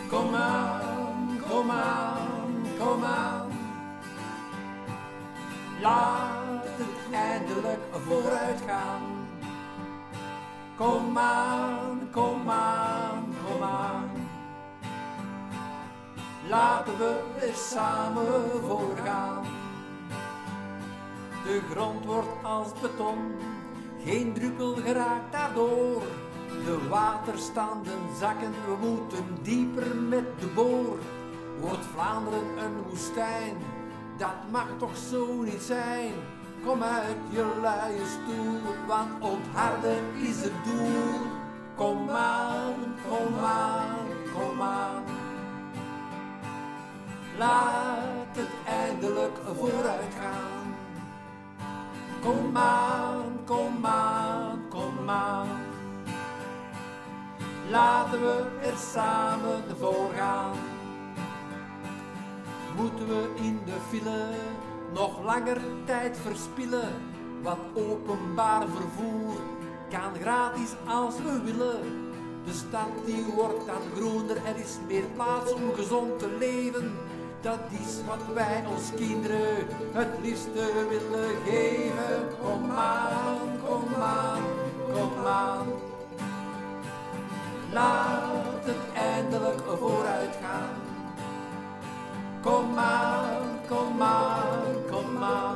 Kom aan, kom aan, kom aan. Laat het eindelijk vooruit gaan. Kom aan, kom aan, kom aan. Laten we er samen voor gaan. De grond wordt als beton, geen druppel geraakt daardoor. De waterstanden zakken, we moeten dieper met de boor. Wordt Vlaanderen een woestijn? Dat mag toch zo niet zijn? Kom uit je luie stoel, want ontharden is het doel. Kom aan, kom aan, kom aan. Laat het eindelijk vooruit gaan. Kom aan, kom aan, kom aan. Laten we er samen voor gaan. Moeten we in de file nog langer tijd verspillen? Want openbaar vervoer kan gratis als we willen. De stad die wordt dan groener, er is meer plaats om gezond te leven. Dat is wat wij ons kinderen het liefste willen geven. Kom aan, kom aan, kom aan. Laat het eindelijk vooruit gaan. Kom aan, kom aan, kom aan.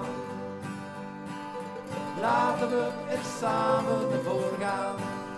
Laten we er samen voor gaan.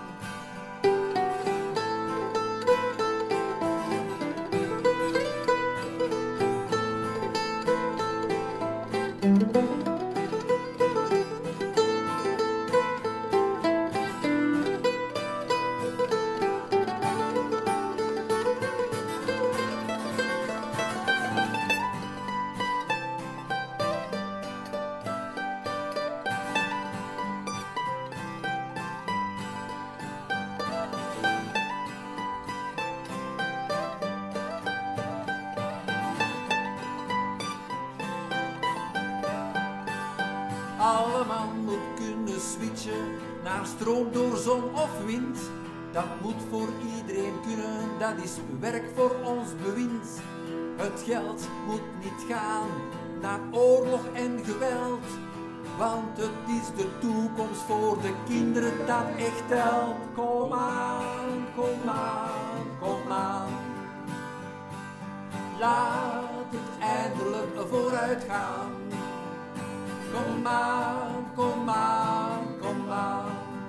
Alle man moet kunnen switchen naar stroom door zon of wind. Dat moet voor iedereen kunnen, dat is werk voor ons bewind. Het geld moet niet gaan naar oorlog en geweld. Want het is de toekomst voor de kinderen dat echt telt. Kom aan, kom aan, kom aan. Laat het eindelijk vooruit gaan. Kom aan, kom aan, kom aan.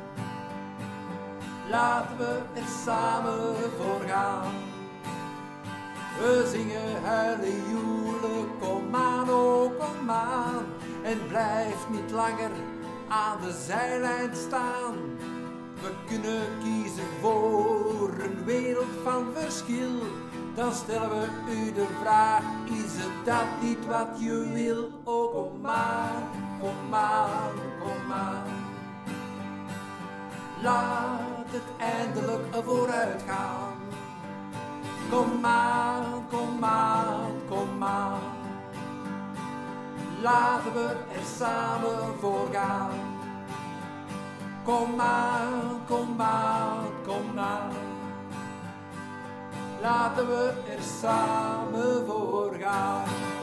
Laten we er samen voor gaan. We zingen halleluja, kom aan, oh kom aan. En blijf niet langer aan de zijlijn staan. We kunnen kiezen voor een wereld van verschil. Dan stellen we u de vraag, is het dat niet wat je wil? Oh kom aan, kom aan, kom aan. Laat het eindelijk vooruit gaan. Kom aan, kom aan, kom aan. Laten we er samen voor gaan. Kom aan, kom aan, kom aan. Laten we er samen voor gaan.